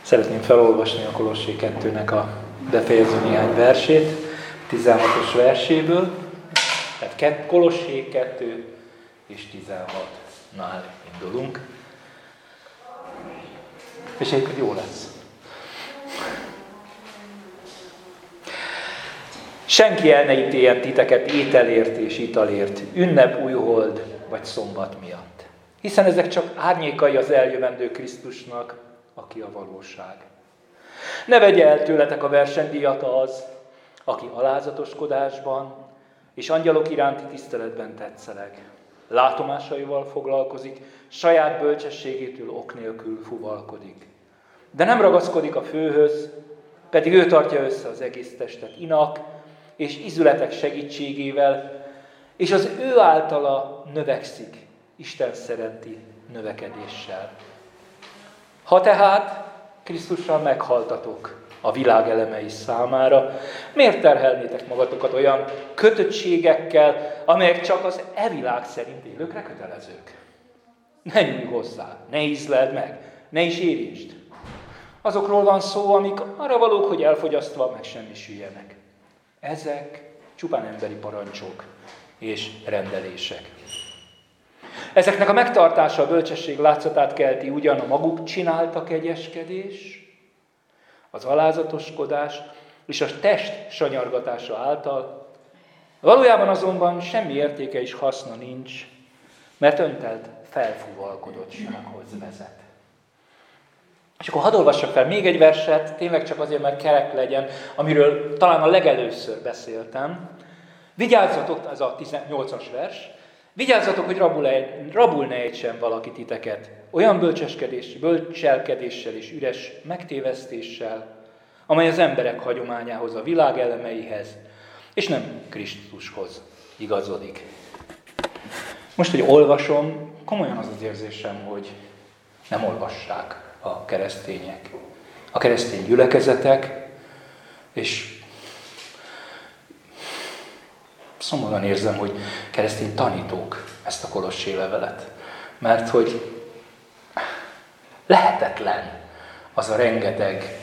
Szeretném felolvasni a Kolossé 2-nek a befejező néhány versét, 16-os verséből. Tehát Kolossé 2 és 16-nál indulunk. És egyébként jó lesz. Senki el ne ítéljen titeket ételért és italért, ünnep, újhold vagy szombat miatt. Hiszen ezek csak árnyékai az eljövendő Krisztusnak, aki a valóság. Ne vegye el tőletek a versenydíjat az, aki alázatoskodásban és angyalok iránti tiszteletben tetszeleg. Látomásaival foglalkozik, saját bölcsességétől ok nélkül fuvalkodik. De nem ragaszkodik a főhöz, pedig ő tartja össze az egész testet inak és ízületek segítségével, és az ő általa növekszik Isten szerinti növekedéssel. Ha tehát Krisztussal meghaltatok a világ elemei számára, miért terhelnétek magatokat olyan kötöttségekkel, amelyek csak az világ szerint élőkre kötelezők? Ne nyújj hozzá, ne ízleld meg, ne is érintsd. Azokról van szó, amik arra valók, hogy elfogyasztva megsemmisüljenek. Ezek csupán emberi parancsok és rendelések. Ezeknek a megtartása a bölcsesség látszatát kelti ugyan a maguk csinálta kegyeskedés, az alázatoskodás és a test sanyargatása által, valójában azonban semmi értéke és haszna nincs, mert öntelt felfúvalkodottsághoz vezet. És akkor hadd olvassak fel még egy verset, tényleg csak azért, mert kerek legyen, amiről talán a legelőször beszéltem. Vigyázzatok, ez a 18-as vers, vigyázzatok, hogy rabul ne ejtsen valaki titeket, olyan bölcselkedéssel és üres megtévesztéssel, amely az emberek hagyományához, a világ elemeihez, és nem Krisztushoz igazodik. Most, hogy olvasom, komolyan az az érzésem, hogy nem olvassák a keresztények, a keresztény gyülekezetek, és szomorúan érzem, hogy keresztény tanítók ezt a Kolossé levelet. Mert hogy lehetetlen az a rengeteg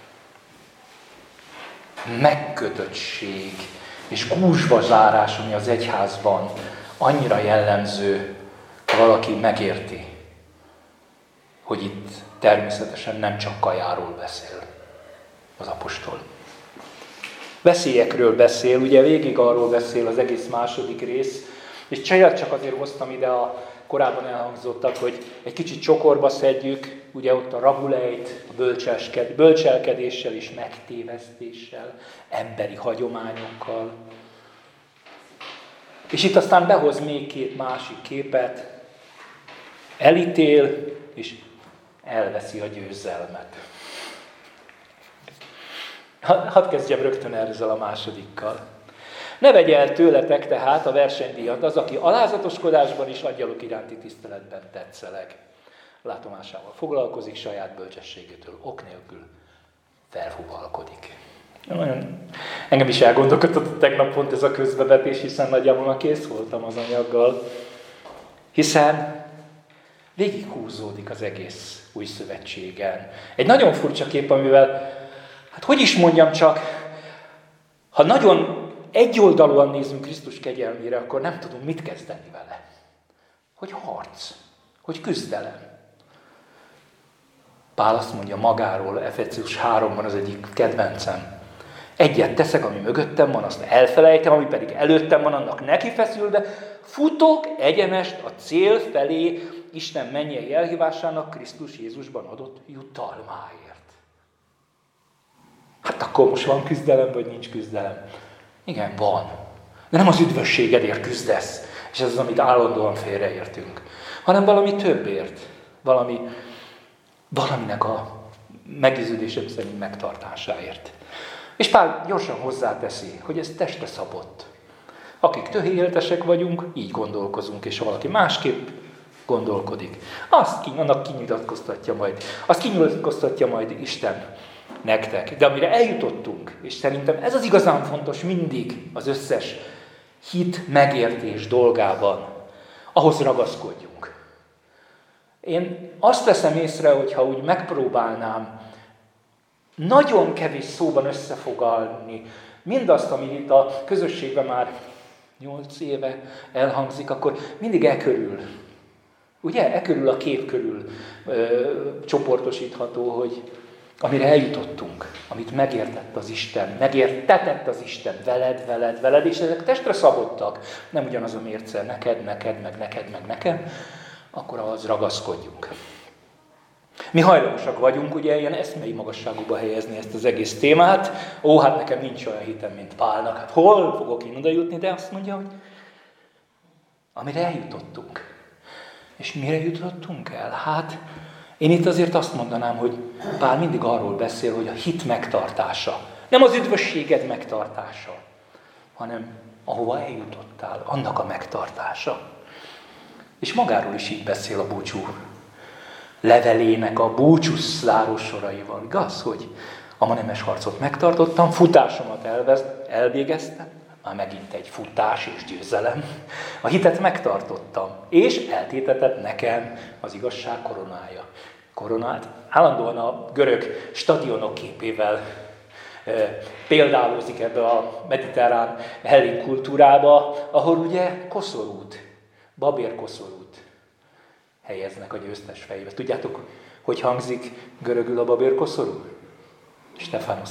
megkötöttség és gúzsba zárás, ami az egyházban annyira jellemző, ha valaki megérti, hogy itt természetesen nem csak kajáról beszél az apostol. Veszélyekről beszél, ugye végig arról beszél az egész második rész, és csak azért hoztam ide a korábban elhangzottak, hogy egy kicsit csokorba szedjük, ugye ott a rabulejt, a bölcselkedéssel és megtévesztéssel, emberi hagyományokkal. És itt aztán behoz még két másik képet, elítél és elveszi a győzelmet. Hadd kezdjem rögtön ezzel a másodikkal. Ne vegye el tőletek tehát a versenydíjat az, aki alázatoskodásban és angyalok iránti tiszteletben tetszeleg. Látomásával foglalkozik, saját bölcsességétől ok nélkül felfuvalkodik. Engem is elgondolkodott tegnap pont ez a közbevetés, hiszen nagyjából már kész voltam az anyaggal. Hiszen végig húzódik az egész új szövetségen. Egy nagyon furcsa kép, amivel, hát hogy is mondjam csak, ha nagyon egyoldalúan nézünk Krisztus kegyelmére, akkor nem tudunk mit kezdeni vele. Hogy harc, hogy küzdelem. Pál azt mondja magáról, Efézus 3-ban az egyik kedvencem. Egyet teszek, ami mögöttem van, azt elfelejtem, ami pedig előttem van, annak neki feszülve, futok egyenest a cél felé, Isten mennyei elhívásának Krisztus Jézusban adott jutalmáért. Hát akkor most van küzdelem, vagy nincs küzdelem? Igen, van. De nem az üdvösségedért küzdesz, és ez az, amit állandóan félreértünk, hanem valami többért, valaminek a meggyőződésem szerint megtartásáért. És Pál gyorsan hozzáteszi, hogy ez testre szabott. Akik tökéletesek vagyunk, így gondolkozunk, és ha valaki másképp gondolkodik, annak kinyilatkoztatja majd Isten nektek. De amire eljutottunk, és szerintem ez az igazán fontos mindig az összes hit megértés dolgában, ahhoz ragaszkodjunk. Én azt veszem észre, hogyha úgy megpróbálnám nagyon kevés szóban összefoglalni mindazt, ami itt a közösségben már 8 éve elhangzik, akkor mindig körül. Ugye? Körül a kép körül csoportosítható, hogy amire eljutottunk, amit megértett az Isten, megértetett az Isten veled, és ezek testre szabottak, nem ugyanaz a mérce neked, meg nekem, akkor ahhoz ragaszkodjunk. Mi hajlamosak vagyunk ugye ilyen eszmei magasságúba helyezni ezt az egész témát. Hát nekem nincs olyan hitem, mint Pálnak. Hát hol fogok én oda jutni? De azt mondja, hogy amire eljutottunk. És mire jutottunk el? Hát én itt azért azt mondanám, hogy Pál mindig arról beszél, hogy a hit megtartása. Nem az üdvösséged megtartása, hanem ahova eljutottál, annak a megtartása. És magáról is így beszél a búcsú levelének a búcsúszáró soraival. Igaz, hogy a ma nemes harcot megtartottam, futásomat elvégeztem, már megint egy futás és győzelem. A hitet megtartottam, és eltétetett nekem az igazság koronája. Koronát állandóan a görög stadionok képével példálózik ebbe a mediterrán hellén kultúrába, ahol ugye koszorút, babérkoszorút helyeznek a győztes fejébe. Tudjátok, hogy hangzik görögül a babérkoszorú? Stefanos.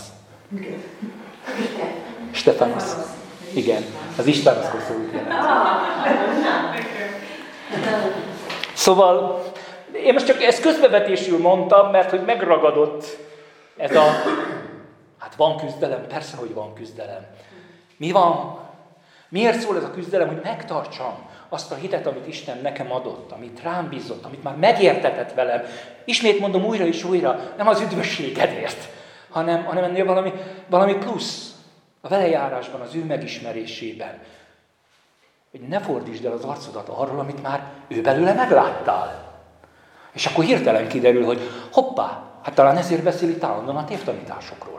Stefanos. Igen, az Istenos koszorút jelent. Szóval, én most csak ezt közbevetésül mondtam, mert hogy megragadott ez a... Hát van küzdelem, persze, hogy van küzdelem. Mi van? Miért szól ez a küzdelem, hogy megtartsam azt a hitet, amit Isten nekem adott, amit rám bízott, amit már megértetett velem. Ismét mondom újra és újra, nem az üdvösségedért, hanem ennél valami plusz a velejárásban, az ő megismerésében. Hogy ne fordítsd el az arcodat arról, amit már ő belőle megláttál. És akkor hirtelen kiderül, hogy hoppá, hát talán ezért beszél itt állandóan a tévtanításokról.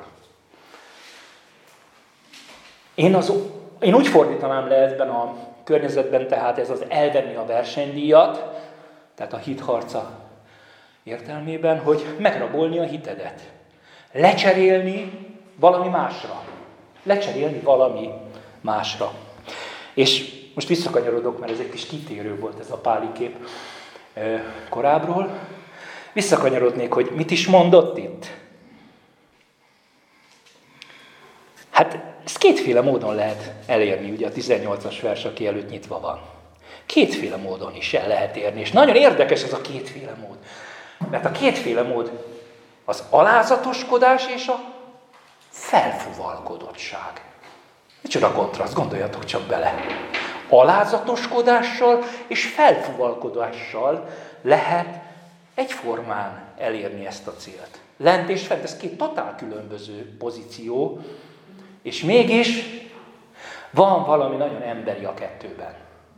Én úgy fordítanám le ebben a környezetben, tehát ez az elvenni a versenydíjat, tehát a hitharca értelmében, hogy megrabolni a hitedet. Lecserélni valami másra. Lecserélni valami másra. És most visszakanyarodok, mert ez egy kis kitérő volt ez a páli kép korábbról. Visszakanyarodnék, hogy mit is mondott itt. Hát ezt kétféle módon lehet elérni, ugye a 18-as vers, aki előtt nyitva van. Kétféle módon is el lehet érni, és nagyon érdekes ez a kétféle mód. Mert a kétféle mód az alázatoskodás és a felfuvalkodottság. Micsoda kontraszt, gondoljatok csak bele. Alázatoskodással és felfuvalkodással lehet egyformán elérni ezt a célt. Lent és fent, ez két totál különböző pozíció, és mégis van valami nagyon emberi a kettőben.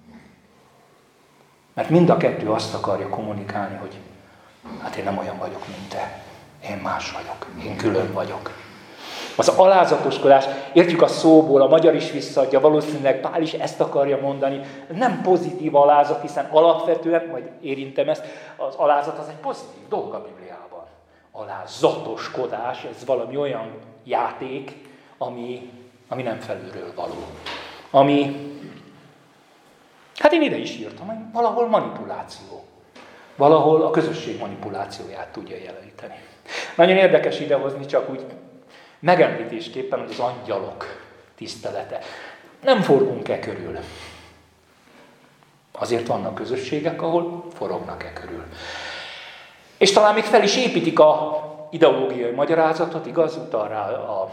Mert mind a kettő azt akarja kommunikálni, hogy hát én nem olyan vagyok, mint te. Én más vagyok. Én külön vagyok. Az alázatoskodás, értjük a szóból, a magyar is visszaadja, valószínűleg Pál is ezt akarja mondani. Nem pozitív alázat, hiszen alapvetően, majd érintem ezt, az alázat az egy pozitív dolog a Bibliában. Alázatoskodás, ez valami olyan játék, ami nem felülről való. Ami, hát én ide is írtam, hogy valahol manipuláció. Valahol a közösség manipulációját tudja jeleníteni. Nagyon érdekes idehozni csak úgy megemlítésképpen, hogy az angyalok tisztelete. Nem forgunk körül. Azért vannak közösségek, ahol forognak körül. És talán még fel is építik a ideológiai magyarázatot, igaz? Utal rá a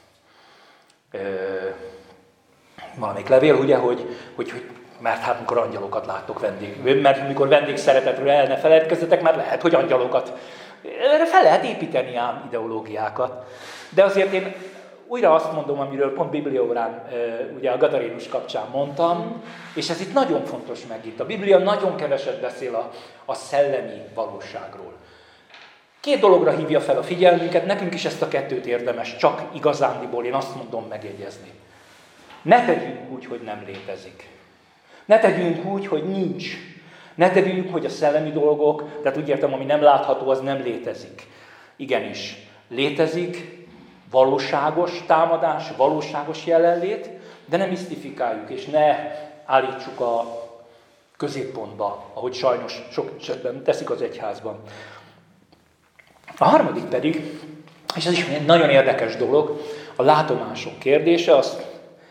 valamelyik levél, ugye, hogy mert hát mikor angyalokat láttok mert mikor vendégszeretetről el ne feledkezzetek, mert lehet, hogy angyalokat. Erre fel lehet építeni ám ideológiákat. De azért én újra azt mondom, amiről pont Bibliaórán, ugye a Gadarénus kapcsán mondtam, és ez itt nagyon fontos megint. A Biblia nagyon keveset beszél a szellemi valóságról. Két dologra hívja fel a figyelmünket, nekünk is ezt a kettőt érdemes, csak igazándiból én azt mondom megjegyezni. Ne tegyünk úgy, hogy nem létezik. Ne tegyünk úgy, hogy nincs. Ne tegyünk, hogy a szellemi dolgok, tehát úgy értem, ami nem látható, az nem létezik. Igenis, Létezik valóságos támadás, valóságos jelenlét, de ne misztifikáljuk, és ne állítsuk a középpontba, ahogy sajnos sok esetben teszik az egyházban. A harmadik pedig, és ez is egy nagyon érdekes dolog, a látomások kérdése, azt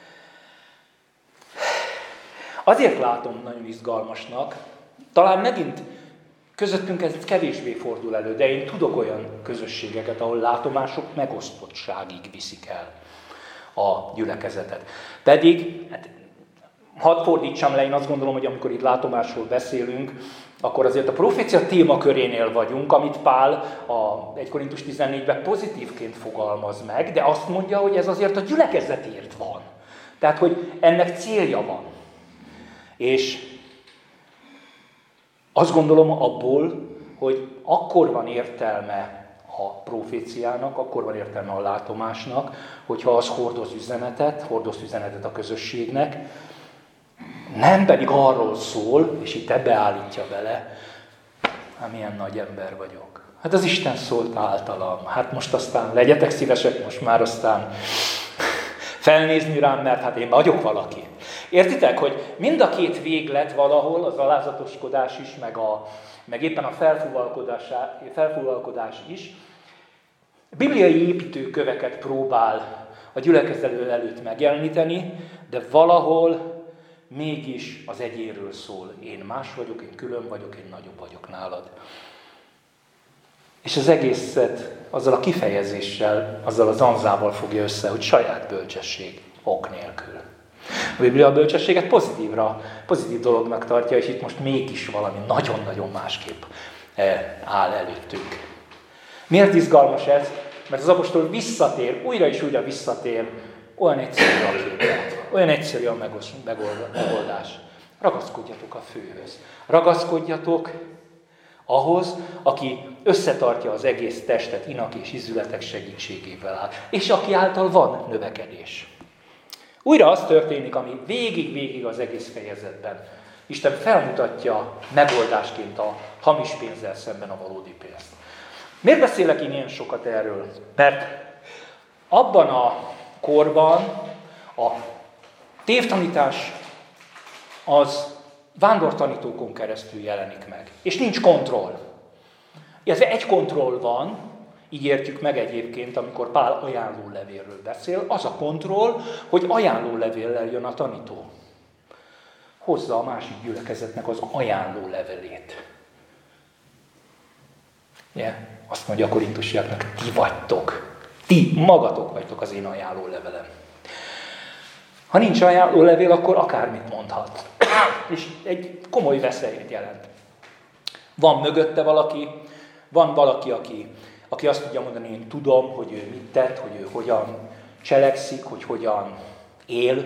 azért látom nagyon izgalmasnak, talán megint közöttünk ez kevésbé fordul elő, de én tudok olyan közösségeket, ahol látomások megosztottságig viszik el a gyülekezetet. Pedig, hadd fordítsam le, én azt gondolom, hogy amikor itt látomásról beszélünk, akkor azért a profécia témakörénél vagyunk, amit Pál a 1 Korintus 14-ben pozitívként fogalmaz meg, de azt mondja, hogy ez azért a gyülekezetért van. Tehát, hogy ennek célja van. És azt gondolom abból, hogy akkor van értelme a proféciának, akkor van értelme a látomásnak, hogyha az hordoz üzenetet a közösségnek, nem pedig arról szól, és itt ebbe állítja bele, hát milyen nagy ember vagyok. Hát az Isten szólt általam, hát most aztán legyetek szívesek most már aztán felnézni rám, mert hát én vagyok valaki. Értitek, hogy mind a két véglet valahol, az alázatoskodás is, meg éppen a felfúvalkodás is, bibliai építőköveket próbál a gyülekezet előtt megjeleníteni, de valahol mégis az egyénről szól. Én más vagyok, én külön vagyok, én nagyobb vagyok nálad. És az egészet azzal a kifejezéssel, azzal a zanzával fogja össze, hogy saját bölcsesség ok nélkül. A Biblia a bölcsességet pozitív dolognak tartja, és itt most mégis valami nagyon-nagyon másképp áll előttünk. Miért izgalmas ez? Mert az apostol visszatér, újra és újra visszatér, olyan egyszerű a képlet, olyan egyszerű a megoldás. Ragaszkodjatok a főhöz. Ragaszkodjatok ahhoz, aki összetartja az egész testet inak és ízületek segítségével áll, és aki által van növekedés. Újra az történik, ami végig az egész fejezetben. Isten felmutatja megoldásként a hamis pénzzel szemben a valódi pénzt. Miért beszélek én ilyen sokat erről? Mert abban a korban a tévtanítás az vándortanítókon keresztül jelenik meg. És nincs kontroll. Illetve egy kontroll van, így értjük meg egyébként, amikor Pál ajánlólevélről beszél, az a kontroll, hogy ajánlólevéllel jön a tanító. Hozza a másik gyülekezetnek az ajánlólevelét. Yeah. Azt mondja a korintusiaknak, ti magatok vagytok az én ajánlólevelem. Ha nincs ajánlólevél, akkor akármit mondhat. És egy komoly veszélyt jelent. Van mögötte valaki, aki azt tudja mondani, hogy én tudom, hogy ő mit tett, hogy ő hogyan cselekszik, hogy hogyan él.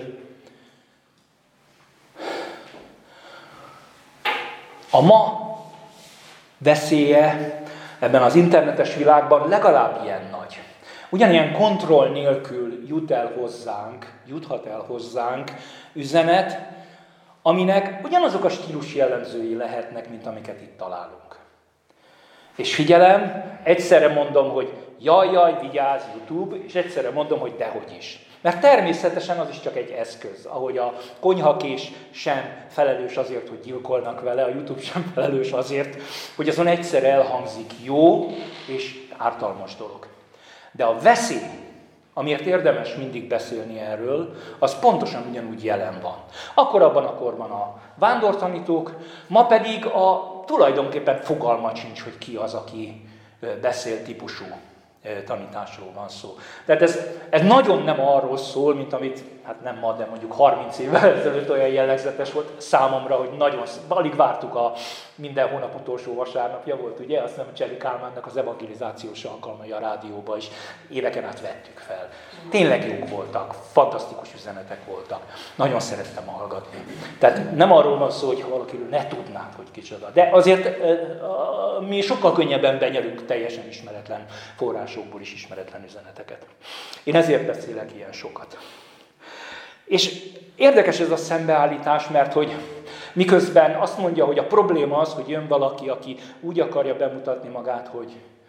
A ma veszélye ebben az internetes világban legalább ilyen nagy. Ugyanilyen kontroll nélkül juthat el hozzánk üzenet, aminek ugyanazok a stílus jellemzői lehetnek, mint amiket itt találunk. És figyelem, egyszerre mondom, hogy jaj, vigyázz YouTube, és egyszerre mondom, hogy dehogy is. Mert természetesen az is csak egy eszköz, ahogy a konyhakés sem felelős azért, hogy gyilkolnak vele, a YouTube sem felelős azért, hogy azon egyszer elhangzik jó és ártalmas dolog. De a veszély, amiért érdemes mindig beszélni erről, az pontosan ugyanúgy jelen van. Akkor abban a korban a vándortanítók, ma pedig tulajdonképpen fogalma sincs, hogy ki az, aki beszél típusú tanításról van szó. Tehát ez nagyon nem arról szól, mint amit, hát nem ma, de mondjuk 30 évvel ezelőtt olyan jellegzetes volt számomra, hogy nagyon, alig vártuk a minden hónap utolsó vasárnapja volt, ugye? Azt nem Cseli Kálmánnak az evangelizációs alkalmai a rádióba is éveken át vettük fel. Tényleg jók voltak, fantasztikus üzenetek voltak. Nagyon szerettem hallgatni. Tehát nem arról van szó, hogy ha valakiről ne tudnánk, hogy kicsoda. De azért mi sokkal könnyebben benyelünk teljesen ismeretlen forrásokból is ismeretlen üzeneteket. Én ezért beszélek ilyen sokat. És érdekes ez a szembeállítás, mert hogy miközben azt mondja, hogy a probléma az, hogy jön valaki, aki úgy akarja bemutatni magát, hogy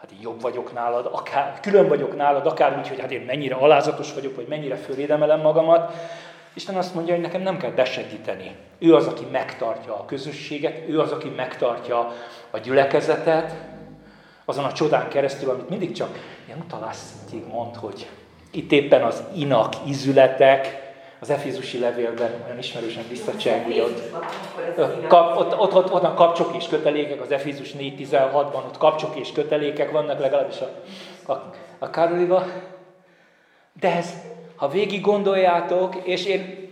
hát én jobb vagyok nálad, akár külön vagyok nálad, akár úgy, hogy hát én mennyire alázatos vagyok, vagy mennyire fölédemelem magamat. Isten azt mondja, hogy nekem nem kell besegíteni. Ő az, aki megtartja a közösséget, ő az, aki megtartja a gyülekezetet, azon a csodán keresztül, amit mindig csak ilyen utalás szintjén mond, hogy itt éppen az inak, ízületek, az Efézusi levélben olyan ismerősen visszacseng, hogy ott a kapcsok és kötelékek, az Efézus 4.16-ban ott kapcsok és kötelékek vannak, legalábbis a Karoliva. De ez, ha végig gondoljátok, és én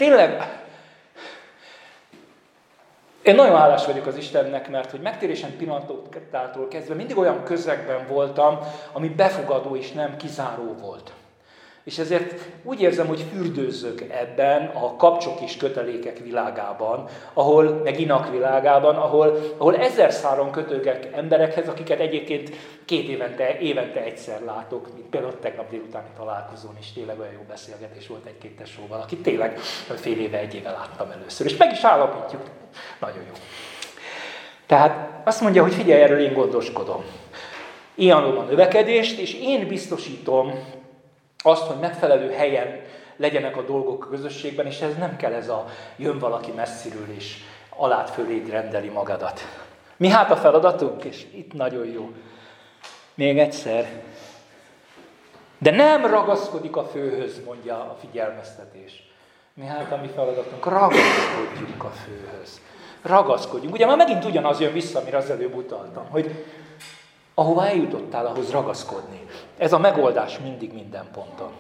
nagyon hálás vagyok az Istennek, mert hogy megtérésem pillanatától kezdve mindig olyan közegben voltam, ami befogadó és nem kizáró volt. És ezért úgy érzem, hogy fürdőzök ebben a kapcsok és kötelékek világában, meg inak világában, ahol ezer száron kötődök emberekhez, akiket egyébként évente egyszer látok, mint például tegnap délutáni találkozón is tényleg olyan jó beszélgetés volt egy-két tesóval, akit tényleg fél éve, egy éve láttam először. És meg is állapítjuk. Nagyon jó. Tehát azt mondja, hogy figyelj, erről én gondoskodom. Én adom a növekedést, és én biztosítom azt, hogy megfelelő helyen legyenek a dolgok a közösségben, és ez nem kell ez a jön valaki messziről, és alád föléd rendeli magadat. Mi hát a feladatunk? És itt nagyon jó. Még egyszer. De nem ragaszkodik a főhöz, mondja a figyelmeztetés. Mi hát a mi feladatunk? Ragaszkodjunk a főhöz. Ragaszkodjunk. Ugye már megint ugyanaz jön vissza, amire az előbb utaltam, hogy ahova eljutottál, ahhoz ragaszkodni. Ez a megoldás mindig minden ponton.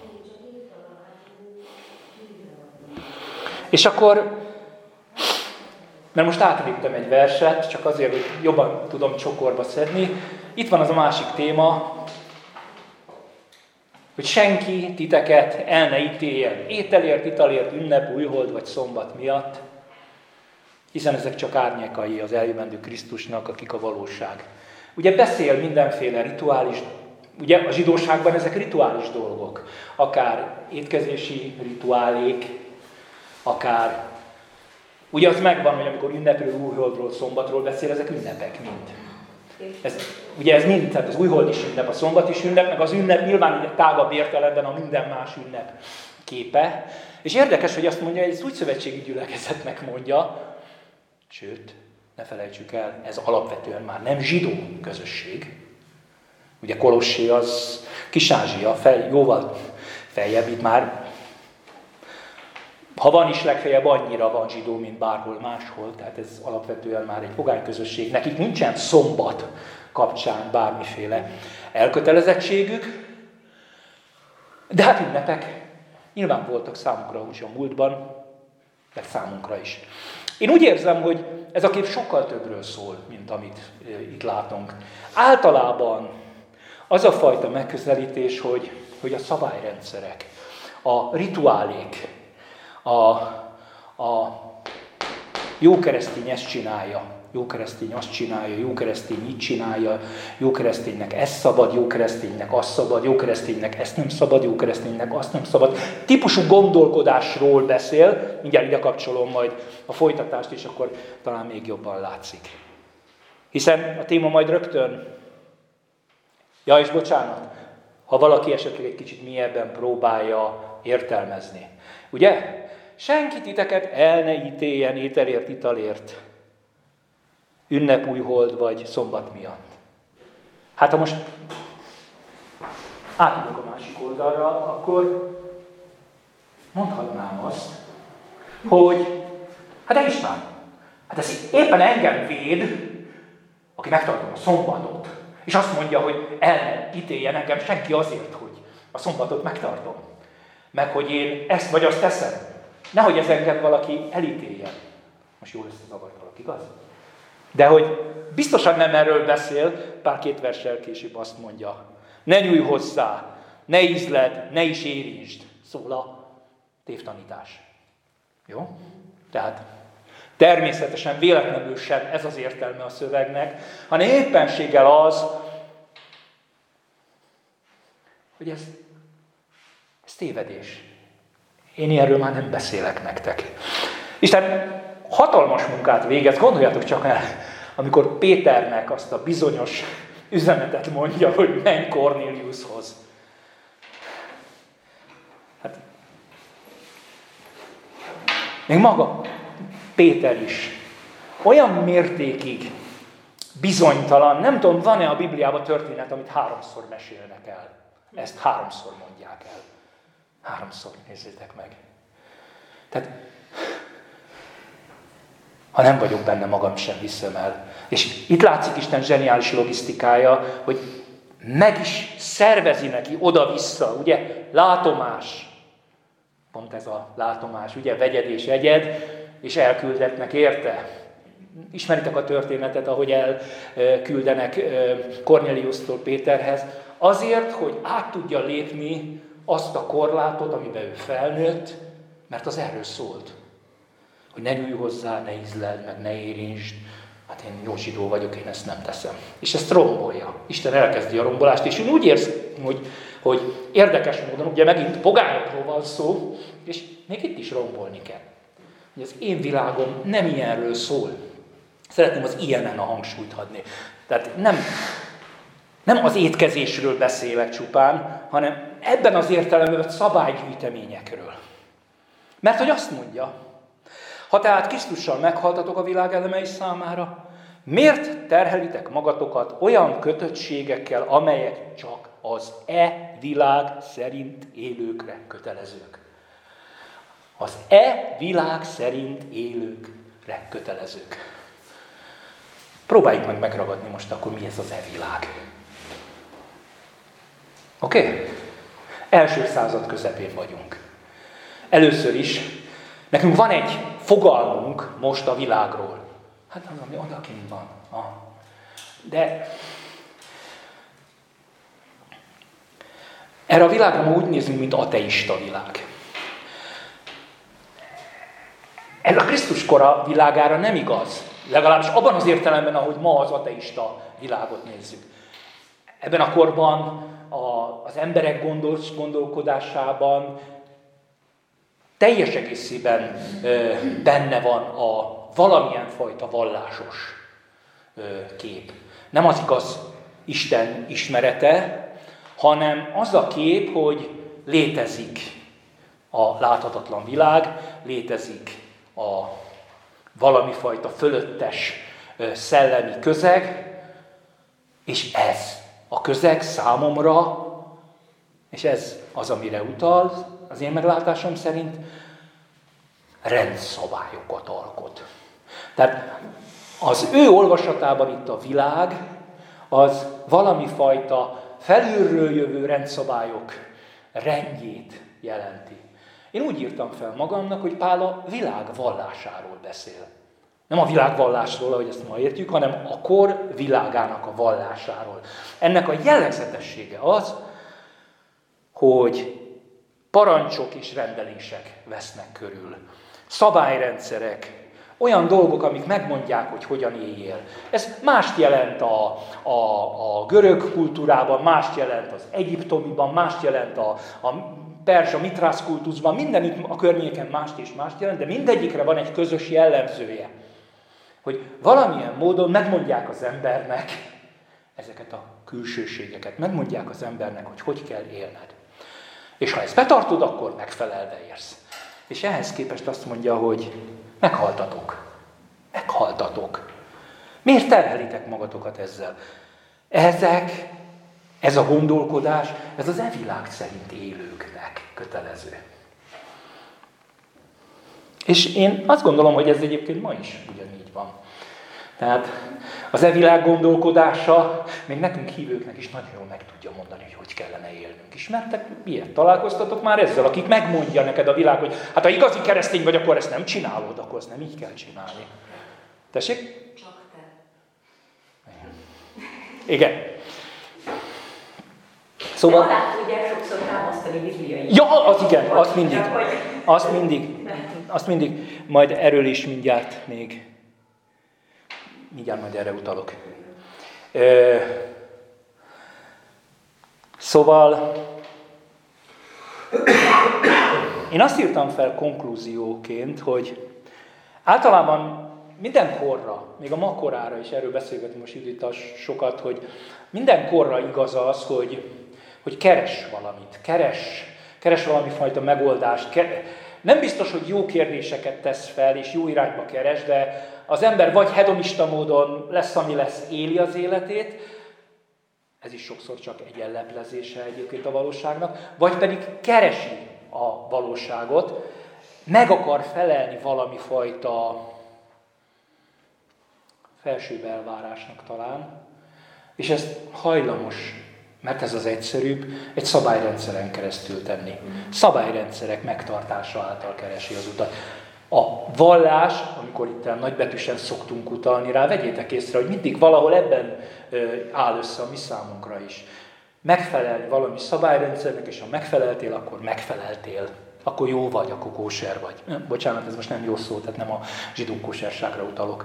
És akkor, mert most átléptem egy verset, csak azért, hogy jobban tudom csokorba szedni. Itt van az a másik téma, hogy senki titeket el ne ítéljen ételért, italért, ünnep, újhold vagy szombat miatt, hiszen ezek csak árnyékai az eljövendő Krisztusnak, akik a valóság. Ugye beszél mindenféle rituális, ugye a zsidóságban ezek rituális dolgok, akár étkezési rituálék, akár, ugye az megvan, hogy amikor ünnepről, újholdról, szombatról beszél, ezek ünnepek mind. Ez mind, tehát az újhold is ünnep, a szombat is ünnep, meg az ünnep nyilván egy tágabb értelemben a minden más ünnep képe. És érdekes, hogy azt mondja, hogy ez új szövetségi gyülekezetnek mondja, sőt, ne felejtsük el, ez alapvetően már nem zsidó közösség. Ugye Kolossé az Kis-Ázsia, jóval feljebb, itt már, ha van is legfeljebb annyira van zsidó, mint bárhol máshol, tehát ez alapvetően már egy pogány közösség. Nekik nincsen szombat kapcsán bármiféle elkötelezettségük, de hát ünnepek nyilván voltak számukra úgy a múltban, meg számunkra is. Én úgy érzem, hogy ez a kép sokkal többről szól, mint amit itt látunk. Általában az a fajta megközelítés, hogy a szabályrendszerek, a rituálék, a jó keresztény ezt csinálja, jó keresztény azt csinálja, jó keresztény így csinálja, jó kereszténynek ez szabad, jó kereszténynek az szabad, jó kereszténynek ezt nem szabad, jó kereszténynek azt nem szabad. Típusú gondolkodásról beszél, mindjárt ide kapcsolom majd a folytatást, és akkor talán még jobban látszik. Hiszen a téma majd rögtön, és bocsánat, ha valaki esetleg egy kicsit mélyebben próbálja értelmezni. Ugye? Senki titeket el ne ítéljen ételért, italért, ünnep, újhold vagy szombat miatt. Hát ha most átudok a másik oldalra, akkor mondhatnám azt, hogy hát de István, hát ez éppen engem véd, aki megtartom a szombatot, és azt mondja, hogy el ne ítéljen engem senki azért, hogy a szombatot megtartom. Meg hogy én ezt vagy azt teszem. Nehogy ez engem valaki elítéljen. Most jól összezavart igaz? De hogy biztosan nem erről beszél, pár két verssel később azt mondja. Ne nyújj hozzá, ne ízled, ne is érintsd. Szól a tévtanítás. Jó? Tehát természetesen véletlenül sem ez az értelme a szövegnek, hanem éppenséggel az, hogy ez tévedés. Én erről már nem beszélek nektek. Isten hatalmas munkát végez, gondoljatok csak el, amikor Péternek azt a bizonyos üzenetet mondja, hogy menj Kornéliushoz. Hát, még maga Péter is olyan mértékig bizonytalan, nem tudom, van-e a Bibliában történet, amit 3-szor mesélnek el. Ezt 3-szor mondják el. 3-szor, nézzétek meg. Tehát, ha nem vagyok benne, magam sem hiszem el. És itt látszik Isten zseniális logisztikája, hogy meg is szervezi neki oda-vissza, ugye, látomás. Pont ez a látomás, ugye, vegyed és egyed, és elküldetnek érte. Ismeritek a történetet, ahogy elküldenek Kornéliusztól Péterhez, azért, hogy át tudja lépni azt a korlátot, amiben ő felnőtt, mert az erről szólt. Hogy ne nyújj hozzá, ne ízleld, meg ne érintsd. Hát én jó zsidó vagyok, én ezt nem teszem. És ezt rombolja. Isten elkezdi a rombolást, és én úgy érzem, hogy érdekes módon, ugye megint pogányokról van szó, és még itt is rombolni kell. Hogy az én világom nem ilyenről szól. Szeretném az ilyenen a hangsúlyt adni. Tehát nem az étkezésről beszélek csupán, hanem ebben az értelemben szabálygyűjteményekről. Mert hogy azt mondja, ha tehát Krisztussal meghaltatok a világ elemei számára, miért terhelitek magatokat olyan kötöttségekkel, amelyek csak az világ szerint élőkre kötelezők? Az világ szerint élőkre kötelezők. Próbáljuk meg megragadni most akkor, mi ez az világ. Oké? Első század közepén vagyunk. Először is nekünk van egy fogalmunk most a világról. Hát az, ami odakint van. De erre a világra ma úgy nézünk, mint ateista világ. Ez a Krisztus kora világára nem igaz. Legalábbis abban az értelemben, ahogy ma az ateista világot nézzük. Ebben a korban az emberek gondolkodásában teljes egészében benne van a valamilyen fajta vallásos kép. Nem az igaz Isten ismerete, hanem az a kép, hogy létezik a láthatatlan világ, létezik a valami fajta fölöttes szellemi közeg, és ez a közeg számomra, és ez az, amire utal, az én meglátásom szerint, rendszabályokat alkot. Tehát az ő olvasatában itt a világ, az valami fajta felülről jövő rendszabályok rendjét jelenti. Én úgy írtam fel magamnak, hogy Pál a világ vallásáról beszél. Nem a világvallásról, ahogy ezt ma értjük, hanem a kor világának a vallásáról. Ennek a jellegzetessége az, hogy parancsok és rendelések vesznek körül. Szabályrendszerek, olyan dolgok, amik megmondják, hogy hogyan éljél. Ez mást jelent a görög kultúrában, mást jelent az egyiptomiban, mást jelent a perzsa mitrász kultuszban, mindenütt a környéken mást és mást jelent, de mindegyikre van egy közös jellemzője. Hogy valamilyen módon megmondják az embernek ezeket a külsőségeket, megmondják az embernek, hogy kell élned. És ha ezt betartod, akkor megfelelve érsz. És ehhez képest azt mondja, hogy meghaltatok. Meghaltatok. Miért terhelitek magatokat ezzel? Ez a gondolkodás, ez az világ szerint élőknek kötelező. És én azt gondolom, hogy ez egyébként ma is ugyanígy van. Tehát az világ gondolkodása még nekünk hívőknek is nagyon jól meg tudja mondani, hogy kellene élnünk. Ismertek? Miért találkoztatok már ezzel? Akik megmondja neked a világ, hogy hát ha igazi keresztény vagy, akkor ezt nem csinálod, akkor ezt nem így kell csinálni. Tessék? Csak te. Igen. Szóval... De alá tudják sokszor támasztani bibliai. Ja, az igen, azt mindig. Majd erről is mindjárt majd erre utalok. Szóval én azt írtam fel konklúzióként, hogy általában minden korra, még a ma korára is erről beszélgetünk most Judita sokat, hogy minden korra igaz az, hogy keres valamit, keres valami fajta megoldást. Nem biztos, hogy jó kérdéseket tesz fel, és jó irányba keres, de az ember vagy hedonista módon lesz, ami lesz, éli az életét, ez is sokszor csak egy elleplezése egyébként a valóságnak, vagy pedig keresi a valóságot, meg akar felelni valami fajta felsőbb elvárásnak talán, és ezt hajlamos, mert ez az egyszerűbb, egy szabályrendszeren keresztül tenni. Szabályrendszerek megtartása által keresi az utat. A vallás, amikor itt nagybetűsen szoktunk utalni rá, vegyétek észre, hogy mindig valahol ebben áll össze a mi számunkra is. Megfelelni valami szabályrendszernek, és ha megfeleltél, akkor megfeleltél. Akkor jó vagy, akkor kóser vagy. Bocsánat, ez most nem jó szó, tehát nem a zsidó kóserságra utalok.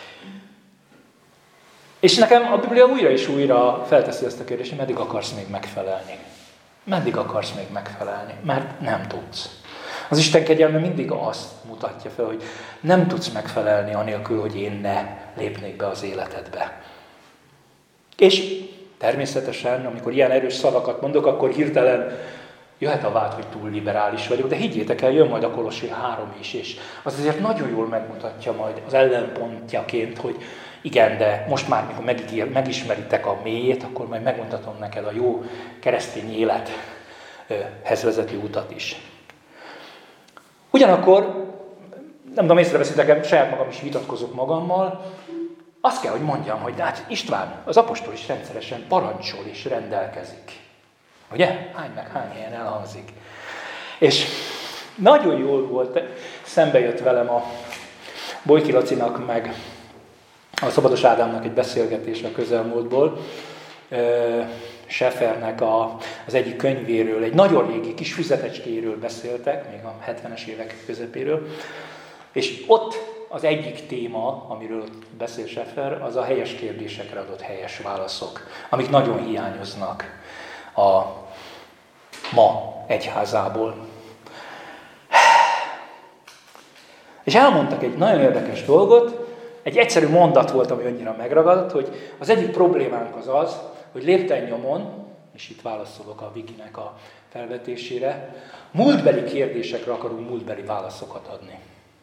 És nekem a Biblia újra és újra felteszi ezt a kérdést, hogy meddig akarsz még megfelelni? Meddig akarsz még megfelelni? Mert nem tudsz. Az Isten kegyelme mindig azt mutatja fel, hogy nem tudsz megfelelni anélkül, hogy én ne lépnék be az életedbe. És természetesen, amikor ilyen erős szavakat mondok, akkor hirtelen jöhet a vád, hogy túl liberális vagyok, de higgyétek el, jön majd a Kolossi 3 is, és az azért nagyon jól megmutatja majd az ellenpontjaként, hogy igen, de most már, mikor megismeritek a mélyét, akkor majd megmutatom neked a jó keresztény élethez vezető utat is. Ugyanakkor, nem tudom, észreveszitek, saját magam is vitatkozok magammal, azt kell, hogy mondjam, hogy hát István, az apostol is rendszeresen parancsol és rendelkezik. Ugye? Hány meg hány helyen elhangzik. És nagyon jól volt, szembe jött velem a Bojki Lacinak, meg a Szabados Ádámnak egy beszélgetés a közelmúltból. Scheffernek az egyik könyvéről, egy nagyon régi kis füzetecskéről beszéltek, még a 70-es évek közepéről. És ott az egyik téma, amiről beszél Scheffer, az a helyes kérdésekre adott helyes válaszok, amik nagyon hiányoznak a ma egyházából. És elmondtak egy nagyon érdekes dolgot, egy egyszerű mondat volt, ami annyira megragadott, hogy az egyik problémánk az, hogy lépten nyomon, és itt válaszolok a Vikinek a felvetésére, múltbeli kérdésekre akarunk múltbeli válaszokat adni.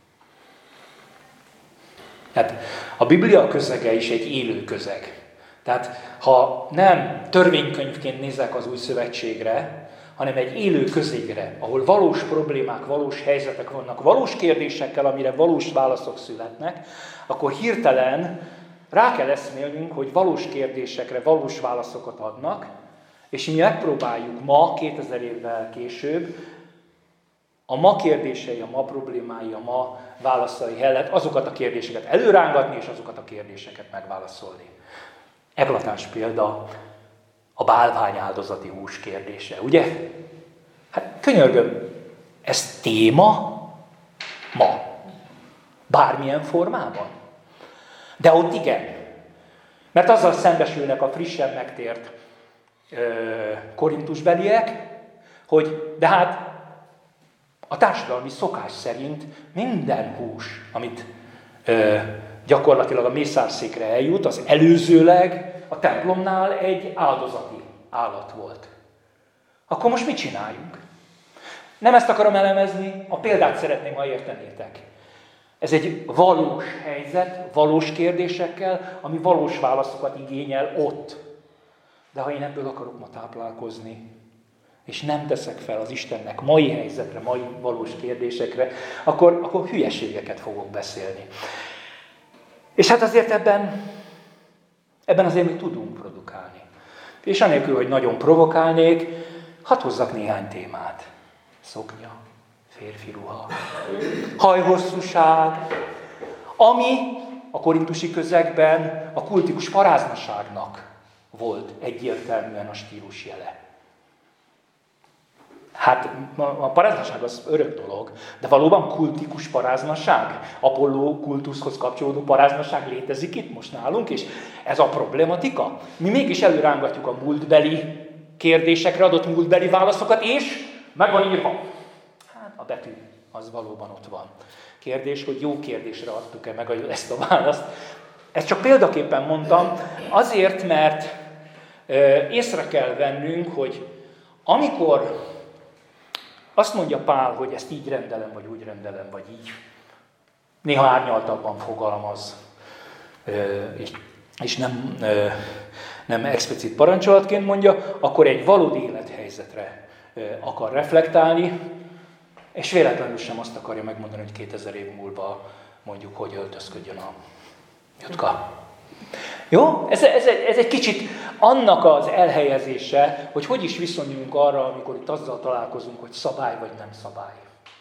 Hát a Biblia közege is egy élő közeg. Tehát ha nem törvénykönyvként nézek az új szövetségre, hanem egy élő közegre, ahol valós problémák, valós helyzetek vannak, valós kérdésekkel, amire valós válaszok születnek, akkor hirtelen rá kell eszmélnünk, hogy valós kérdésekre valós válaszokat adnak, és mi megpróbáljuk ma, 2000 évvel később, a ma kérdései, a ma problémái, a ma válaszai helyett azokat a kérdéseket előrángatni, és azokat a kérdéseket megválaszolni. Eklatáns példa a bálványáldozati hús kérdése, ugye? Hát könyörgöm, ez téma ma, bármilyen formában. De ott igen, mert azzal szembesülnek a frissen megtért korintusbeliek, hogy de hát a társadalmi szokás szerint minden hús, amit gyakorlatilag a mészárszékre eljut, az előzőleg a templomnál egy áldozati állat volt. Akkor most mit csináljunk? Nem ezt akarom elemezni, a példát szeretném, ha értenétek. Ez egy valós helyzet, valós kérdésekkel, ami valós válaszokat igényel ott. De ha én ebből akarok ma táplálkozni, és nem teszek fel az Istennek mai helyzetre, mai valós kérdésekre, akkor hülyeségeket fogok beszélni. És hát azért ebben azért még tudunk produkálni. És anélkül, hogy nagyon provokálnék, hadd hozzak néhány témát. Szoknya, férfi ruha, hajhosszúság, ami a korintusi közegben a kultikus paráznaságnak volt egyértelműen a stílusjele. Hát a paráznaság az örök dolog, de valóban kultikus paráznaság, Apolló kultuszhoz kapcsolódó paráznaság létezik itt most nálunk, és ez a problematika. Mi mégis előrángatjuk a múltbeli kérdésekre adott múltbeli válaszokat, és meg van írva. Hát a betű az valóban ott van. Kérdés, hogy jó kérdésre adtuk-e meg ezt a választ. Ezt csak példaképpen mondtam, azért, mert észre kell vennünk, hogy amikor azt mondja Pál, hogy ezt így rendelem, vagy úgy rendelem, vagy így, néha árnyaltabban fogalmaz, és nem explicit parancsolatként mondja, akkor egy valódi élethelyzetre akar reflektálni, és véletlenül sem azt akarja megmondani, hogy 2000 év múlva mondjuk, hogy öltözködjön a Jutka. Jó? Ez egy kicsit annak az elhelyezése, hogy is viszonyulunk arra, amikor itt azzal találkozunk, hogy szabály vagy nem szabály.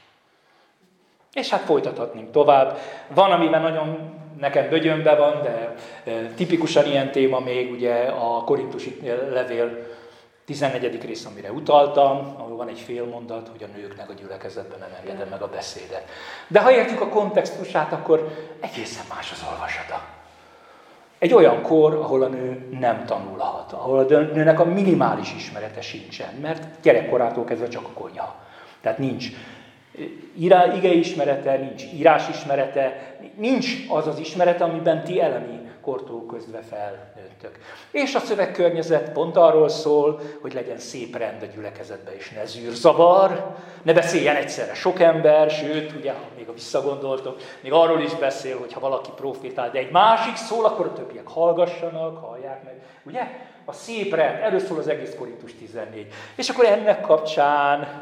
És hát folytathatnénk tovább. Van, amiben nagyon nekem bögyönbe van, de tipikusan ilyen téma még ugye a korintusi levél 14. rész, amire utaltam, ahol van egy félmondat, hogy a nőknek a gyülekezetben nem engedem meg a beszédet. De ha értjük a kontextusát, akkor egészen más az olvasata. Egy olyan kor, ahol a nő nem tanulhat, ahol a nőnek a minimális ismerete sincsen, mert gyerekkorától kezdve csak a konyha. Tehát nincs igeismerete, nincs írásismerete, nincs az az ismerete, amiben ti elemi kortól kezdve felnőttök. És a szövegkörnyezet pont arról szól, hogy legyen szép rend a gyülekezetben, és ne zűrzavar, ne beszéljen egyszerre sok ember, sőt, ugye, még a visszagondoltok, még arról is beszél, hogy ha valaki profétál, de egy másik szól, akkor a többiek hallgassanak, hallják meg. Ugye? A szép rend, erről szól az egész Korintus 14. És akkor ennek kapcsán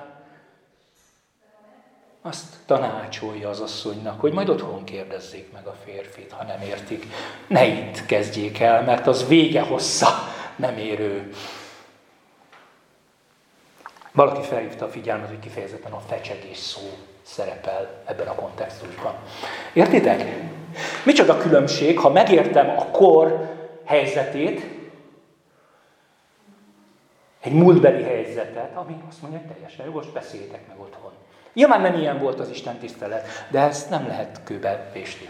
azt tanácsolja az asszonynak, hogy majd otthon kérdezzék meg a férfit, ha nem értik. Ne itt kezdjék el, mert az vége hossza, nem érő. Valaki felhívta a figyelmet, hogy kifejezetten a fecsegés szó szerepel ebben a kontextusban. Értitek? Micsoda különbség, ha megértem a kor helyzetét, egy múltbeli helyzetet, ami azt mondja, hogy teljesen jogos, beszéljétek meg otthon. Nyilván nem ilyen volt az Isten tisztelet, de ezt nem lehet kőbe vésni.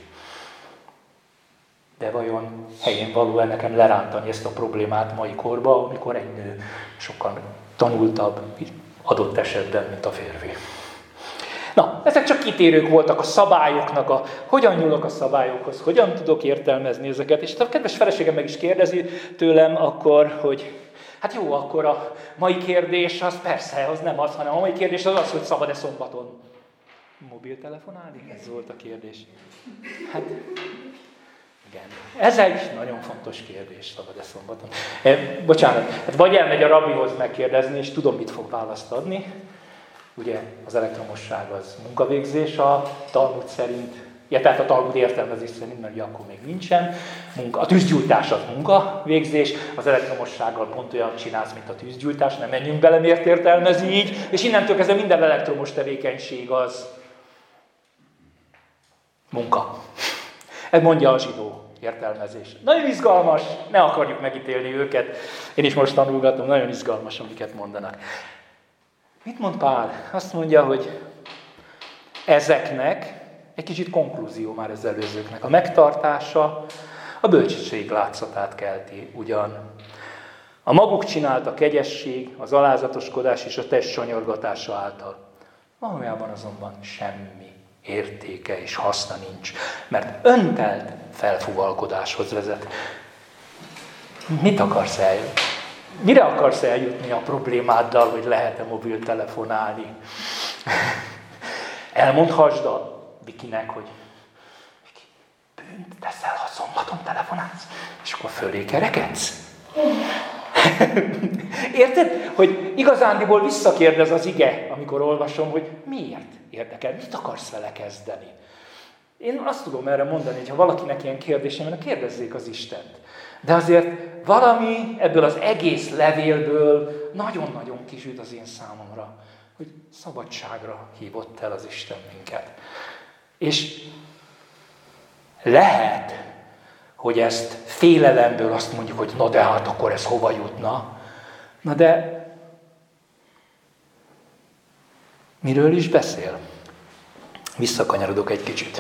De vajon helyén való-e nekem lerántani ezt a problémát mai korban, amikor egy nő sokkal tanultabb adott esetben, mint a férfi? Na, ezek csak kitérők voltak a szabályoknak, hogyan nyúlok a szabályokhoz, hogyan tudok értelmezni ezeket. És a kedves feleségem meg is kérdezi tőlem akkor, hogy hát jó, akkor a mai kérdés az persze, az nem az, hanem a mai kérdés az, hogy szabad-e szombaton mobiltelefonálni? Ez volt a kérdés. Hát igen, ez egy nagyon fontos kérdés, szabad-e szombaton. Bocsánat, hát vagy elmegy a rabihoz megkérdezni, és tudom, mit fog választ adni. Ugye az elektromosság az munkavégzés a Talmud szerint, tehát a Talmud értelmezés szerint, mert ugye akkor még nincsen. A tűzgyújtás az munkavégzés, az elektromossággal pont olyan csinálsz, mint a tűzgyújtás, nem menjünk bele, miért értelmezi így, és innentől kezdve minden elektromos tevékenység az munka. Ez mondja a zsidó értelmezés. Nagyon izgalmas, ne akarjuk megítélni őket. Én is most tanulgatom, nagyon izgalmas, amiket mondanak. Mit mond Pál? Azt mondja, hogy ezeknek egy kicsit konklúzió már az előzőknek. A megtartása a bölcsesség látszatát kelti ugyan. A maguk csinálta kegyesség, az alázatoskodás és a test sanyargatása által. Valójában azonban semmi értéke és haszna nincs, mert öntelt felfúvalkodáshoz vezet. Mit akarsz eljutni? Mire akarsz eljutni a problémáddal, hogy lehet-e mobiltelefonálni? Elmondhassd a Vikinek, hogy bűnt teszel, ha szombaton telefonálsz, és akkor fölé kerekedsz? Érted? Hogy igazándiból visszakérdez az ige, amikor olvasom, hogy miért érdekel, mit akarsz vele kezdeni? Én azt tudom erre mondani, hogy ha valakinek ilyen kérdése van, kérdezzék az Istent. De azért valami ebből az egész levélből nagyon-nagyon kisüt az én számomra, hogy szabadságra hívott el az Isten minket. És lehet, hogy ezt félelemből azt mondjuk, hogy na de hát akkor ez hova jutna. Na de miről is beszél? Visszakanyarodok egy kicsit.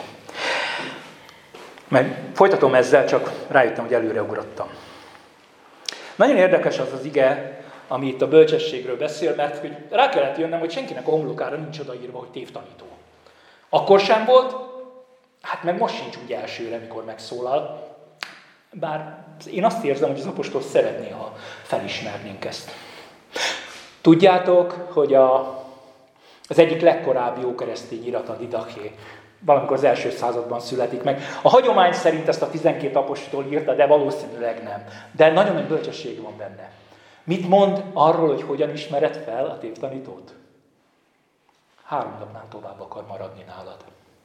Mert folytatom ezzel, csak rájöttem, hogy előreugrottam. Nagyon érdekes az az ige, ami itt a bölcsességről beszél, mert hogy rá kellett jönnöm, hogy senkinek a homlokára nincs odaírva, hogy tévtanító. Akkor sem volt, Hát meg most sincs úgy elsőre, mikor megszólal. Bár én azt érzem, hogy az apostol szeretné, ha felismernénk ezt. Tudjátok, hogy az egyik legkorábbi ókeresztény irat, a Didaché, valamikor az első században születik meg. A hagyomány szerint ezt a 12 apostol írta, de valószínűleg nem. De nagyon nagy bölcsesség van benne. Mit mond arról, hogy hogyan ismered fel a tévtanítót? 3 napnál tovább akar maradni nálad.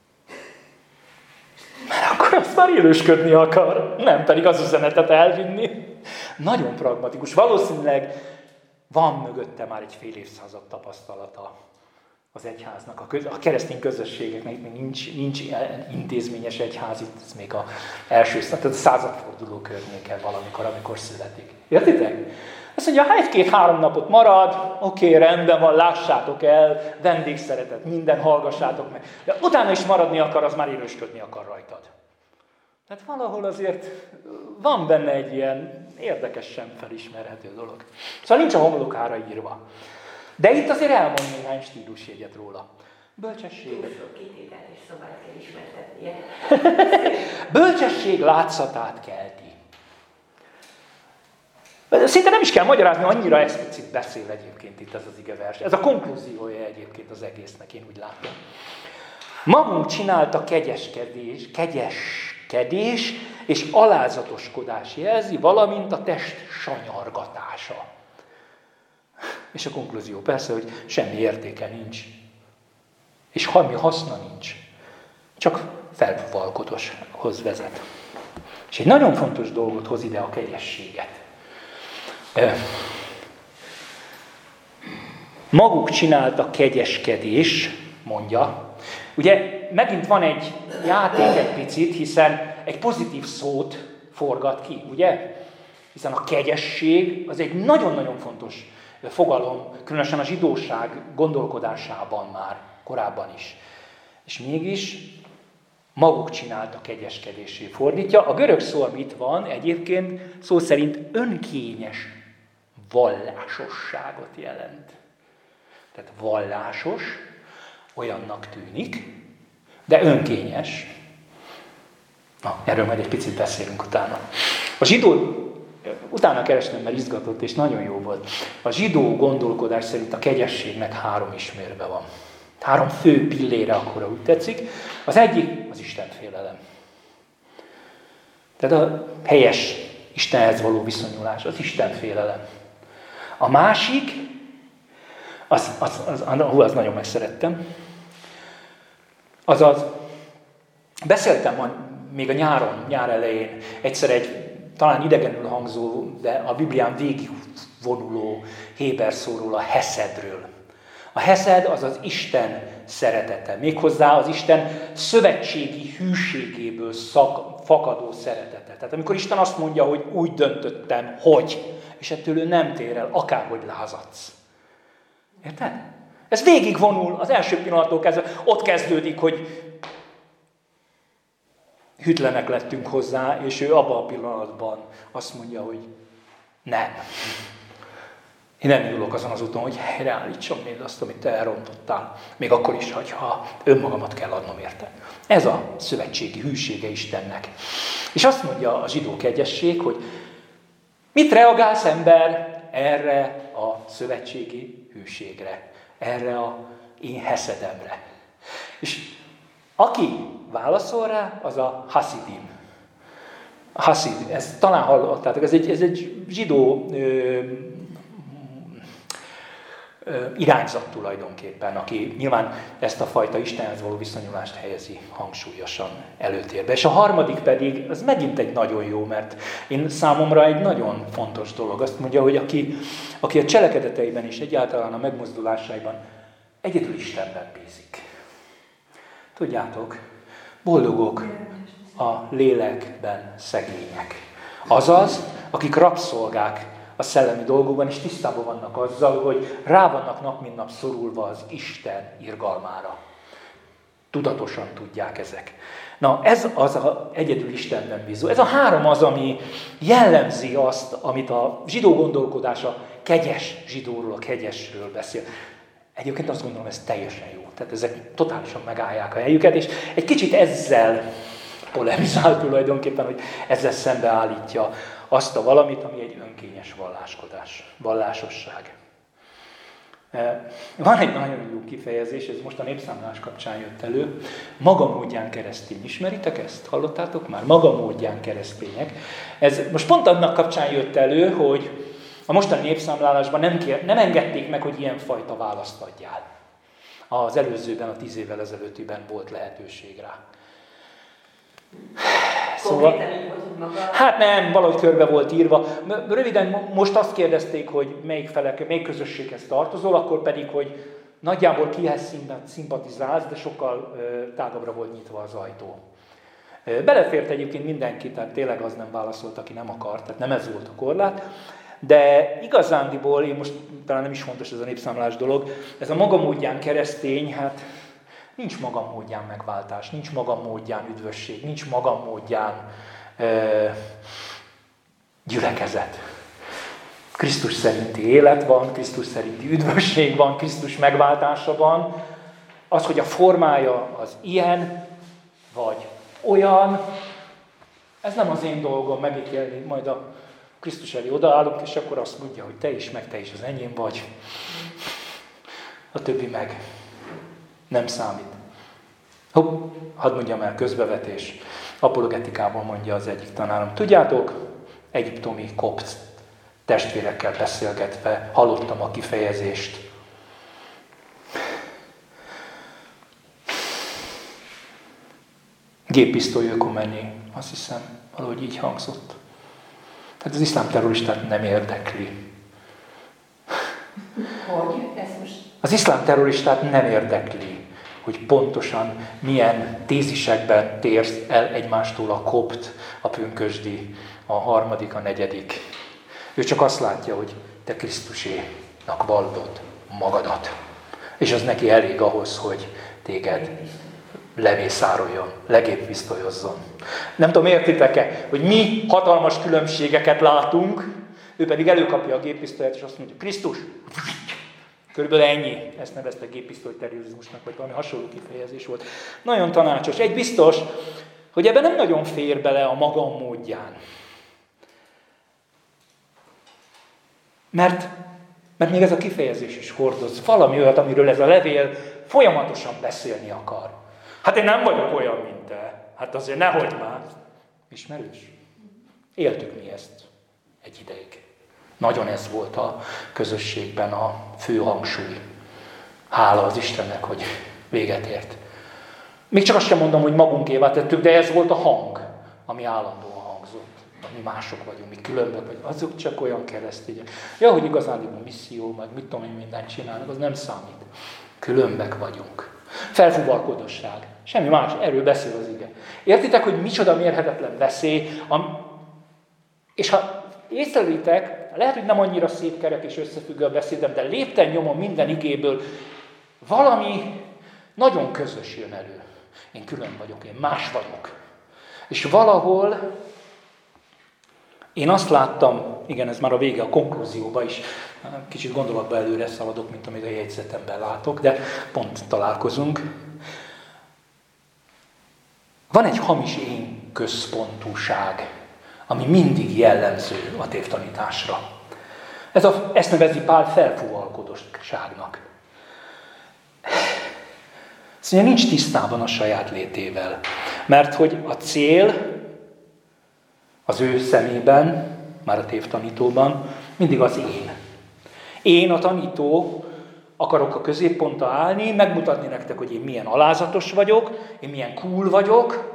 Mert akkor azt már élősködni akar, nem pedig az üzenetet elvinni. Nagyon pragmatikus. Valószínűleg van mögötte már egy fél évszázad tapasztalata az egyháznak, a keresztény közösségeknek, még nincs intézményes egyház, itt ez még az első, tehát a századforduló környéken valamikor, amikor születik. Értitek? Azt mondja, ha 1-2-3 napot marad, oké, rendben van, lássátok el, vendégszeretet, minden, hallgassátok meg. De utána is maradni akar, az már élősködni akar rajtad. Tehát valahol azért van benne egy ilyen érdekesen felismerhető dolog. Szóval nincs a homlokára írva. De itt azért elmond néhány stílusjegyet róla. Bölcsesség. Bölcsesség látszatát kelti. Szinte nem is kell magyarázni, annyira explicit beszél egyébként itt ez az igevers. Ez a konklúziója egyébként az egésznek, én úgy látom. Magunk csinálta kegyeskedés és alázatoskodás jelzi, valamint a test sanyargatása. És a konklúzió persze, hogy semmi értéke nincs. És semmi haszna nincs. Csak felvalkodoshoz vezet. És egy nagyon fontos dolgot hoz ide a kegyességet. Maguk csinálta kegyeskedés, mondja. Ugye megint van egy játék egy picit, hiszen egy pozitív szót forgat ki, ugye? Hiszen a kegyesség az egy nagyon-nagyon fontos fogalom, különösen a zsidóság gondolkodásában már, korábban is. És mégis maguk csinálta kegyeskedésé fordítja. A görög szó, amit van, egyébként szó szerint önkényes vallásosságot jelent. Tehát vallásos, olyannak tűnik, de önkényes. Na, erről majd egy picit beszélünk utána. A zsidó, utána kerestem, mert izgatott, és nagyon jó volt. A zsidó gondolkodás szerint a kegyességnek 3 ismérve van. 3 fő pillére, akkor úgy tetszik. Az egyik az Istenfélelem. Tehát a helyes Istenhez való viszonyulás, az Istenfélelem. A másik, az nagyon megszerettem, azaz, beszéltem még a nyár elején egyszer egy talán idegenül hangzó, de a Biblián végigvonuló héber szóról, a heszedről. A heszed az az Isten szeretete, méghozzá az Isten szövetségi hűségéből fakadó szeretete. Tehát amikor Isten azt mondja, hogy úgy döntöttem, hogy, és ettől ő nem tér el, akárhogy lázadsz. Érted? Ez végigvonul az első pillanattól kezdve. Ott kezdődik, hogy hűtlenek lettünk hozzá, és ő abban a pillanatban azt mondja, hogy nem. Én nem indulok azon az úton, hogy helyreállítsam még azt, amit te elrontottál. Még akkor is, ha önmagamat kell adnom érte. Ez a szövetségi hűsége Istennek. És azt mondja a zsidó kegyesség, hogy mit reagálsz, ember, erre a szövetségi hűségre, erre a én heszedemre. És aki válaszol rá, az a hasidim. A hasid, ezt talán hallottátok, ez egy zsidó irányzat tulajdonképpen, aki nyilván ezt a fajta Istenhez való viszonyulást helyezi hangsúlyosan előtérbe. És a harmadik pedig, az megint egy nagyon jó, mert én számomra egy nagyon fontos dolog. Azt mondja, hogy aki a cselekedeteiben és egyáltalán a megmozdulásaiban egyedül Istenben bízik. Tudjátok, boldogok a lélekben szegények. Azaz, akik rabszolgák a szellemi dolgokban, és tisztában vannak azzal, hogy rá vannak nap mint nap szorulva az Isten irgalmára. Tudatosan tudják ezek. Na, ez az a egyedül Istenben bízó. Ez a 3 az, ami jellemzi azt, amit a zsidó gondolkodása kegyes zsidóról, a kegyesről beszél. Egyébként azt gondolom, ez teljesen jó Tehát ezek totálisan megállják a helyüket, és egy kicsit ezzel polemizál tulajdonképpen, hogy ezzel szembeállítja azt a valamit, ami egy önkényes vallásosság. Van egy nagyon jó kifejezés, ez most a népszámlálás kapcsán jött elő. Maga módján keresztény. Ismeritek ezt? Hallottátok már? Maga módján keresztények. Ez most pont annak kapcsán jött elő, hogy a mostani népszámlálásban nem engedték meg, hogy ilyenfajta választ adjál. Az előzőben, a 10 évvel ezelőttiben volt lehetőség rá. Szóval, hát nem, valahogy körbe volt írva. Röviden most azt kérdezték, hogy melyik közösséghez tartozol, akkor pedig, hogy nagyjából kihez szimpatizálsz, de sokkal tágabbra volt nyitva az ajtó. Belefért egyébként mindenki, tehát tényleg az nem válaszolt, aki nem akart, tehát nem ez volt a korlát. De igazándiból, én most talán nem is fontos ez a népszámlás dolog, ez a maga módján keresztény, hát nincs maga módján megváltás, nincs maga módján üdvösség, nincs maga módján gyülekezet. Krisztus szerinti élet van, Krisztus szerinti üdvösség van, Krisztus megváltása van. Az, hogy a formája az ilyen, vagy olyan, ez nem az én dolgom megítélni, majd a Krisztus elé odaállunk, és akkor azt mondja, hogy te is, meg te is az enyém vagy. A többi meg nem számít. Hadd mondjam el, közbevetés. Apologetikában mondja az egyik tanárom. Tudjátok, egyiptomi kopt testvérekkel beszélgetve hallottam a kifejezést. Géppisztoly ökumené, azt hiszem, valahogy így hangzott. Tehát az iszlám terroristát nem érdekli. Hogy? Ez most... Az iszlám terroristát nem érdekli, hogy pontosan milyen tézisekben térsz el egymástól a kopt, a pünkösdi, a harmadik, a negyedik. Ő csak azt látja, hogy te Krisztusénak vallod magadat. És az neki elég ahhoz, hogy téged lemészároljon, legéppisztolyozzon. Nem tudom, értitek-e, hogy mi hatalmas különbségeket látunk, ő pedig előkapja a géppisztolyát, és azt mondja, Krisztus! Körülbelül ennyi. Ezt nevezte géppisztolyterrorizmusnak, vagy valami hasonló kifejezés volt. Nagyon tanácsos. Egy biztos, hogy ebben nem nagyon fér bele a maga módján. Mert még ez a kifejezés is hordoz valami olyat, amiről ez a levél folyamatosan beszélni akar. Hát én nem vagyok olyan, mint te. Hát azért nehogy már. Ismerős? Éltük mi ezt egy ideig. Nagyon ez volt a közösségben a fő hangsúly. Hála az Istennek, hogy véget ért. Még csak azt sem mondom, hogy magunkévá tettük, de ez volt a hang, ami állandóan hangzott. Mi mások vagyunk, mi különbök vagyunk, azok csak olyan keresztények. Ja, hogy igazán a misszió, meg mit tudom én mindent csinálnak, az nem számít. Különbek vagyunk. Felfúvalkodosság. Semmi más, erről beszél az ige. Értitek, hogy micsoda mérhetetlen veszély, és ha észrevétek, lehet, hogy nem annyira szép, kerek és összefüggő a beszédem, de lépten nyomon minden igéből valami nagyon közös jön elő. Én külön vagyok, én más vagyok. És valahol én azt láttam, igen, ez már a vége, a konklúzióba is, kicsit gondolatba előre szaladok, mint amit a jegyzetemben látok, de pont találkozunk. Van egy hamis én központúság, ami mindig jellemző a tévtanításra. Ezt nevezi Pál felfúvalkodosságnak. Szóval nincs tisztában a saját létével. Mert hogy a cél az ő szemében, már a tévtanítóban, mindig az én. Én, a tanító, akarok a középpontra állni, megmutatni nektek, hogy én milyen alázatos vagyok, én milyen cool vagyok,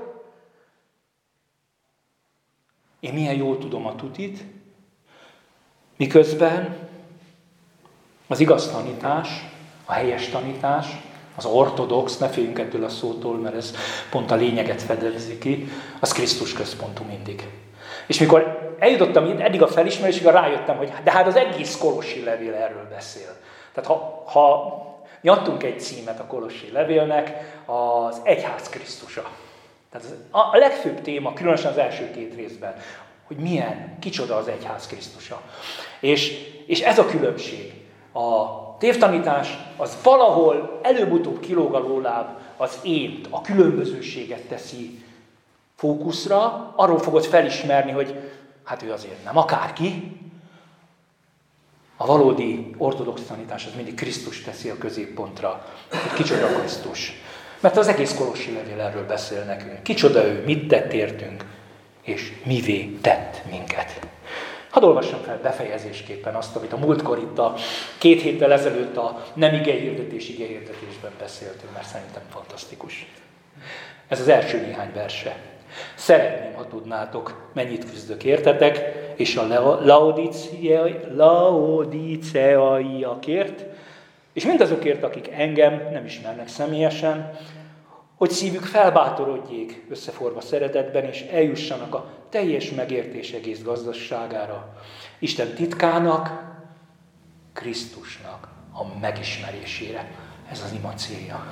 én milyen jól tudom a tutit, miközben az igaz tanítás, a helyes tanítás, az ortodox, ne féljünk ettől a szótól, mert ez pont a lényeget fedezi ki, az Krisztus központú mindig. És mikor eljutottam eddig a felismerésig, rájöttem, hogy de hát az egész kolossi levél erről beszél. Tehát ha mi adtunk egy címet a kolossi levélnek, az egyház Krisztusa. Tehát a legfőbb téma, különösen az első 2 részben, hogy milyen, kicsoda az egyház Krisztusa. És ez a különbség tévtanítás az valahol előbb-utóbb kilóg a lóláb, az ént, a különbözőséget teszi fókuszra, arról fogod felismerni, hogy hát ő azért nem akárki. A valódi ortodox tanítás az mindig Krisztus teszi a középpontra, hogy kicsoda Krisztus. Mert az egész Kolossi levél erről beszél nekünk. Kicsoda ő, mit tett értünk, és mivé tett minket. Hadd olvassam fel befejezésképpen azt, amit a múltkor itt a 2 héttel ezelőtt a nem igehirdetésben beszéltünk, mert szerintem fantasztikus. Ez az első néhány verse. Szeretném, ha tudnátok, mennyit küzdök értetek, és a laodíceaiakért, és mindazokért, akik engem nem ismernek személyesen, hogy szívük felbátorodjék összeforva szeretetben, és eljussanak a teljes megértés egész gazdaságára, Isten titkának, Krisztusnak a megismerésére. Ez az ima célja.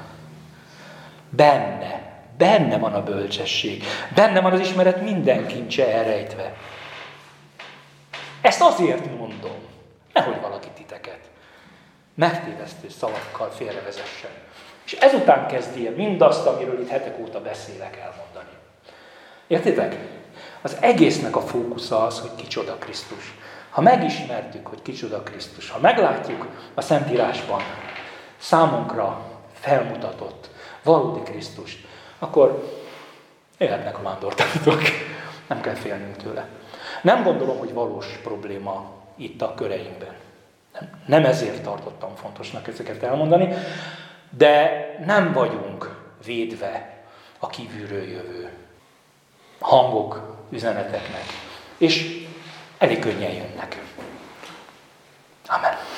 Benne van a bölcsesség, benne van az ismeret minden kincse elrejtve. Ezt azért mondom, nehogy valaki titeket megtévesztő szavakkal félrevezessen. És ezután kezdi el mindazt, amiről itt hetek óta beszélek, elmondani. Értitek? Az egésznek a fókusza az, hogy kicsoda Krisztus. Ha megismertük, hogy kicsoda Krisztus, ha meglátjuk a Szentírásban számunkra felmutatott valódi Krisztust, akkor élhetnek a vándortanítók. Nem kell félnünk tőle. Nem gondolom, hogy valós probléma itt a köreinkben. Nem ezért tartottam fontosnak ezeket elmondani, de nem vagyunk védve a kívülről jövő hangok, üzeneteknek. És elég könnyen jönnek. Amen.